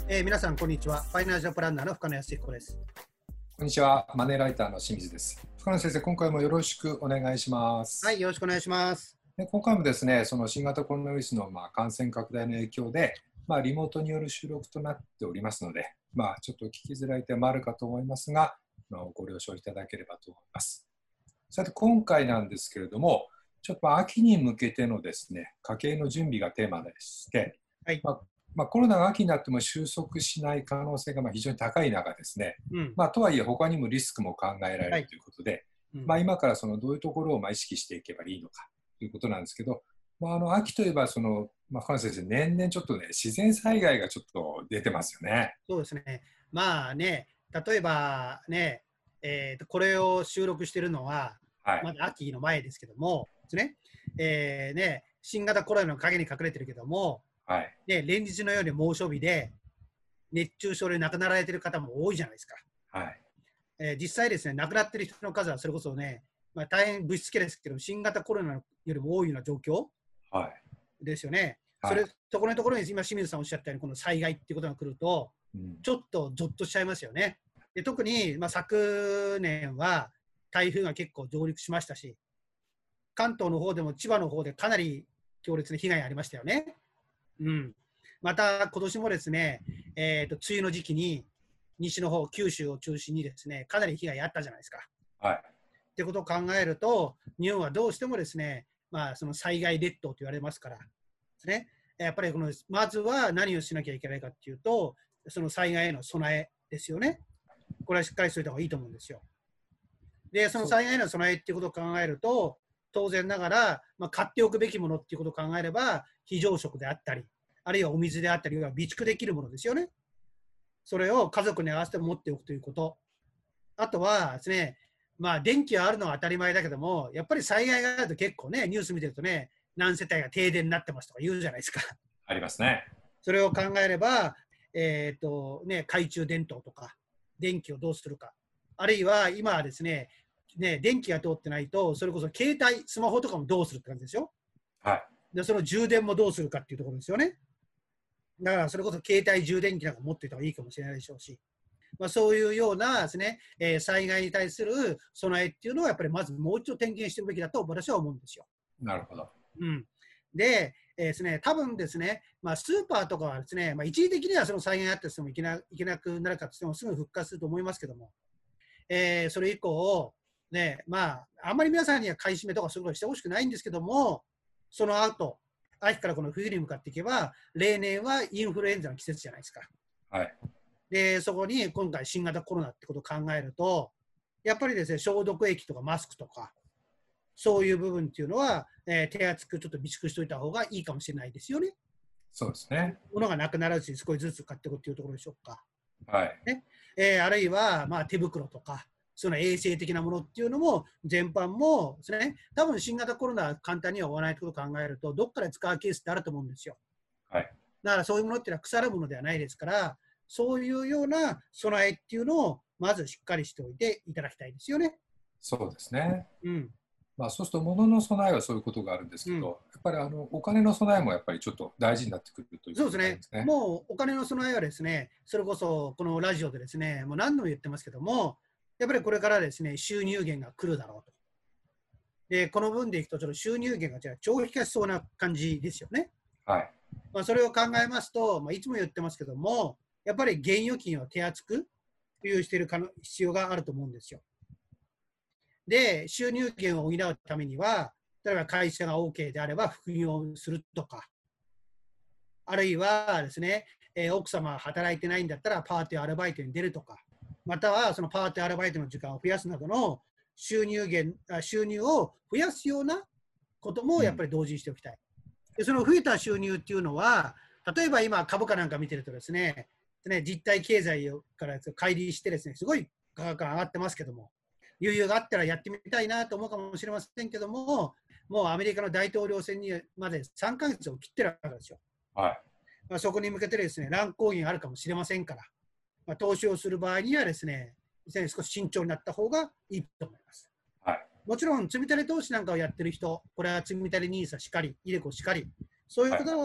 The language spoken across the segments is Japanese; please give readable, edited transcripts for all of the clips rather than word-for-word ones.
皆さんこんにちは。ファイナンシャルプランナーの深野康彦です。 こんにちは。マネーライターの清水です。深野先生、今回もよろしくお願いしまはい、 す。 よろしくお願いします。 今回もですね、その新型コロナウイルスの感染拡大の影響で、リモートによる収録となっておりますので、ちょっと聞きづらい点もあるかと思いますが、ご了承いただければと思います。さて、今回なんですけれども、ちょっと秋に向けてのですね、家計の準備がテーマでして、 はい。 コロナが秋になっても収束しない可能性が非常に高い中ですね、 うん。 とはいえ他にもリスクも考えられはい。 るということで、 うん。 今からそのどういうところを意識していけばいいのかということなんですけど、秋といえば深野先生、年々ちょっとね、自然災害がちょっと出てますよね。 そうですね。例えばね、これを収録しているのは、 はい。 まだ秋の前ですけども、ですね。新型コロナの陰に隠れてるけども、 はい。 連日のように猛暑日で、熱中症で亡くなられている方も多いじゃないですか。 はい。 実際ですね、亡くなっている人の数はそれこそね、大変ぶしつけですけど、新型コロナよりも多いような状況はい。 ですよね。 はい。 そこのところに今、清水さんおっしゃったように、この災害っていうことが来ると、 うん。 ちょっとゾッとしちゃいますよね。で特に、昨年は台風が結構上陸しましたし、関東の方でも千葉の方でかなり強烈な被害ありましたよね。うん、また今年もですね、梅雨の時期に西の方、九州を中心にですね、かなり被害あったじゃないですか。 はい。 ってことを考えると、日本はどうしてもですね、その災害列島と言われますからですね、やっぱりまずは何をしなきゃいけないかっていうと、その災害への備えですよね。これはしっかりしておいた方がいいと思うんですよ。で、そのそう。 災害への備えっていうことを考えると、当然ながら、買っておくべきものっていうことを考えれば、非常食であったり、あるいはお水であったり、備蓄できるものですよね。それを家族に合わせて持っておくということ。あとはですね、電気はあるのは当たり前だけども、やっぱり災害があると結構ね、ニュース見てるとね、何世帯が停電になってますとか言うじゃないですか。 ありますね。 それを考えれば、懐中電灯とか、電気をどうするか。あるいは今はですね、電気が通ってないと、それこそ携帯、スマホとかもどうするって感じですよ。 はい。 で、その充電もどうするかっていうところですよね。だからそれこそ携帯充電器なんか持っていた方がいいかもしれないでしょうし。そういうようなですね、災害に対する備えっていうのはやっぱりまずもう一度点検していくべきだと私は思うんですよ。 なるほど。 うん、で、ですね、多分ですね、スーパーとかはですね、一時的にはその災害があってもいけなくなるかとしてもすぐ復活すると思いますけども、それ以降、あんまり皆さんには買い占めとかそういうことしてほしくないんですけども、その後、秋からこの冬に向かっていけば、例年はインフルエンザの季節じゃないですか。 はい。 で、そこに今回新型コロナってことを考えると、やっぱりですね、消毒液とかマスクとか、そういう部分っていうのは、手厚くちょっと備蓄しておいた方がいいかもしれないですよね。 そうですね。 物がなくならずに少しずつ買っていくっていうところでしょうか。 はい。 ねあるいは、手袋とか、その衛生的なものっていうのも、全般もですね、多分新型コロナは簡単には終わらないということを考えると、どっかで使うケースってあると思うんですよ。 はい。 だからそういうものっていうのは腐るものではないですから、そういうような備えっていうのをまずしっかりしておいていただきたいですよね。 そうですね。 うん。 そうすると、物の備えはそういうことがあるんですうん。 けど、やっぱりお金の備えもやっぱりちょっと大事になってくるということそうですね。 になりますね。 もうお金の備えはですね、それこそこのラジオでですね、もう何度も言ってますけども、やっぱりこれからですね、収入源が来るだろうと。で、この分でいくと、ちょっと収入源がじゃあ長期化しそうな感じですよね。 はい。 それを考えますと、いつも言ってますけども、やっぱり現預金を手厚く保有している必要があると思うんですよ。で、収入源を補うためには、例えば会社が OK であれば副業をするとか、あるいはですね、奥様が働いてないんだったらパートやアルバイトに出るとか、またはそのパートやアルバイトの時間を増やすなどの収入を増やすようなこともうん。 やっぱり同時にしておきたい。でその増えた収入っていうのは、例えば今株価なんか見てるとですね、実体経済から乖離してですね、すごい価格が上がってますけども、余裕があったらやってみたいなと思うかもしれませんけども、もうアメリカの大統領選にまで3ヶ月を切ってるわけですよ。 はい。 そこに向けてですね、乱高下があるかもしれませんから、投資をする場合にはですね、少し慎重になった方がいいと思います。 はい。 もちろん積み立て投資なんかをやってる人、これは積み立て NISA しかり、イデコしかり、そういうはい。 方は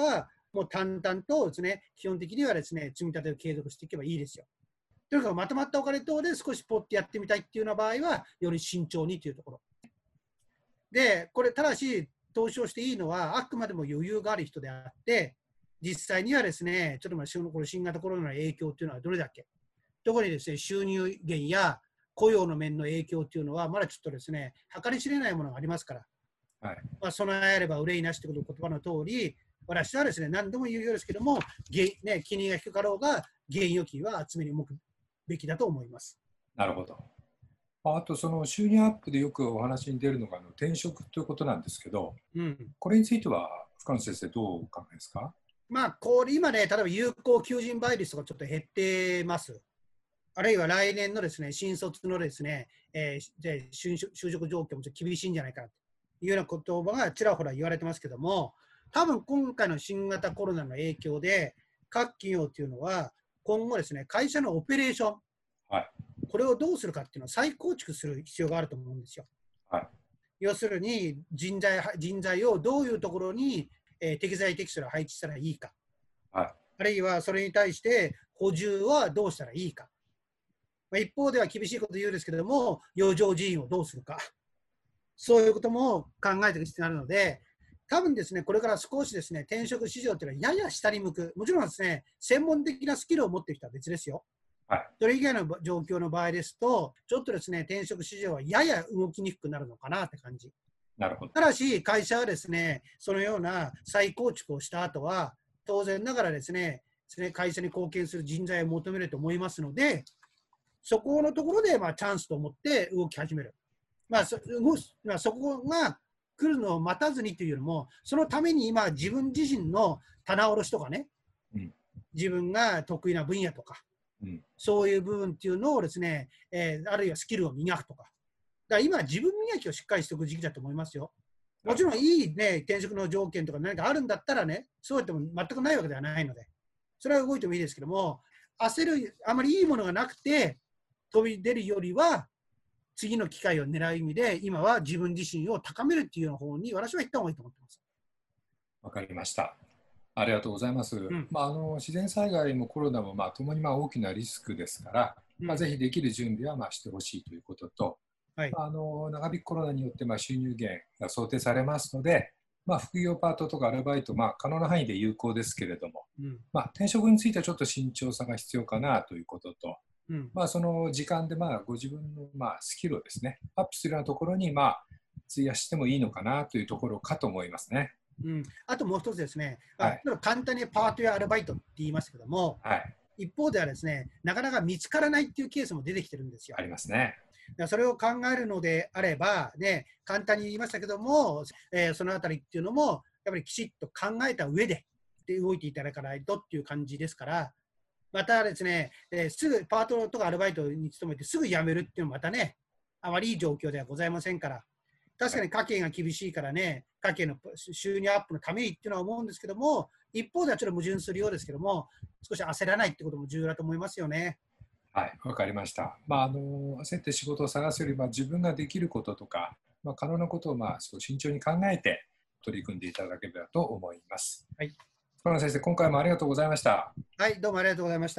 もう淡々とですね、基本的にはですね、積み立てを継続していけばいいですよ。とにかくまとまったお金等で少しポッてやってみたいっていうような場合は、より慎重にというところ。で、これ、ただし、投資をしていいのは、あくまでも余裕がある人であって、実際にはですね、ちょっとこの新型コロナの影響というのはどれだけ、特にですね、収入源や雇用の面の影響というのは、まだちょっとですね、計り知れないものがありますから、 はい、 まあ、備えれば憂いなしという言葉の通り、私はですね、何度も言うようですけども、ね、金利が低かろうが、現預金は集めに動くべきだと思います。 なるほど。あと、その収入アップでよくお話に出るのが転職ということなんですけど、これについては深野先生、どうお考えですか？ まあ、これ今ね、例えば有効求人倍率とかちょっと減ってます。あるいは来年のですね、新卒のですね、就職状況もちょっと厳しいんじゃないかというような言葉がちらほら言われてますけども、多分今回の新型コロナの影響で、各企業というのは、今後ですね、会社のオペレーション、 はい、 これをどうするかっていうのを再構築する必要があると思うんですよ。 はい、 要するに人材をどういうところに、適材適所で配置したらいいか、 はい、 あるいはそれに対して補充はどうしたらいいか、一方では厳しいこと言うんですけれども、余剰人員をどうするか、そういうことも考えていく必要があるので、多分ですね、これから少しですね、転職市場というのはやや下に向く、もちろんですね、専門的なスキルを持っている人は別ですよ。 はい、 それ以外の状況の場合ですと、ちょっとですね、転職市場はやや動きにくくなるのかなって感じ。 なるほど。 ただし、会社はですね、そのような再構築をした後は、当然ながらですね、会社に貢献する人材を求めると思いますので、そこのところでチャンスと思って動き始める。そこが来るのを待たずにというよりも、そのために今、自分自身の棚卸しとかね、自分が得意な分野とか、そういう部分っていうのをですね、あるいはスキルを磨くとか。だから今、自分磨きをしっかりしておく時期だと思いますよ。もちろんいい、ね、転職の条件とか何かあるんだったらね、そうやっても全くないわけではないので、それは動いてもいいですけども、焦る、あまりいいものがなくて飛び出るよりは、次の機会を狙う意味で、今は自分自身を高めるっていうような方に、私は行った方がいいと思ってます。 わかりました。ありがとうございます。自然災害もコロナもともに大きなリスクですから、ぜひできる準備はしてほしいということと、はい、長引くコロナによって収入源が想定されますので、副業パートとかアルバイト、可能な範囲で有効ですけれども、転職についてはちょっと慎重さが必要かなということと、その時間でご自分のスキルをですね、アップするようなところに費やしてもいいのかなというところかと思いますね。 あともう一つですね、簡単にパートやアルバイトって言いますけども、一方ではですね、なかなか見つからないっていうケースも出てきてるんですよ。 ありますね。 それを考えるのであれば、ね、簡単に言いましたけども、そのあたりっていうのも、やっぱりきちっと考えた上で動いていただかないとっていう感じですから、またですね、すぐパートとかアルバイトに勤めてすぐ辞めるっていうのもまたね、あまりいい状況ではございませんから、確かに家計が厳しいからね、家計の収入アップのためにっていうのは思うんですけども、一方ではちょっと矛盾するようですけども、少し焦らないってことも重要だと思いますよね。 はい、わかりました。焦って仕事を探すより自分ができることとか、可能なことを慎重に考えて取り組んでいただければと思います。 はい。 深野先生、今回もありがとうございました。 はい、どうもありがとうございました。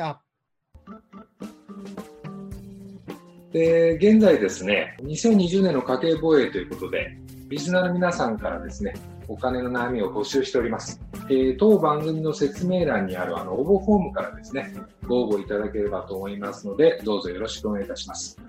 で、現在ですね、2020年の家計防衛ということで、リスナーの皆さんからですね、お金の悩みを募集しております。当番組の説明欄にある応募フォームからですね、ご応募いただければと思いますので、どうぞよろしくお願いいたします。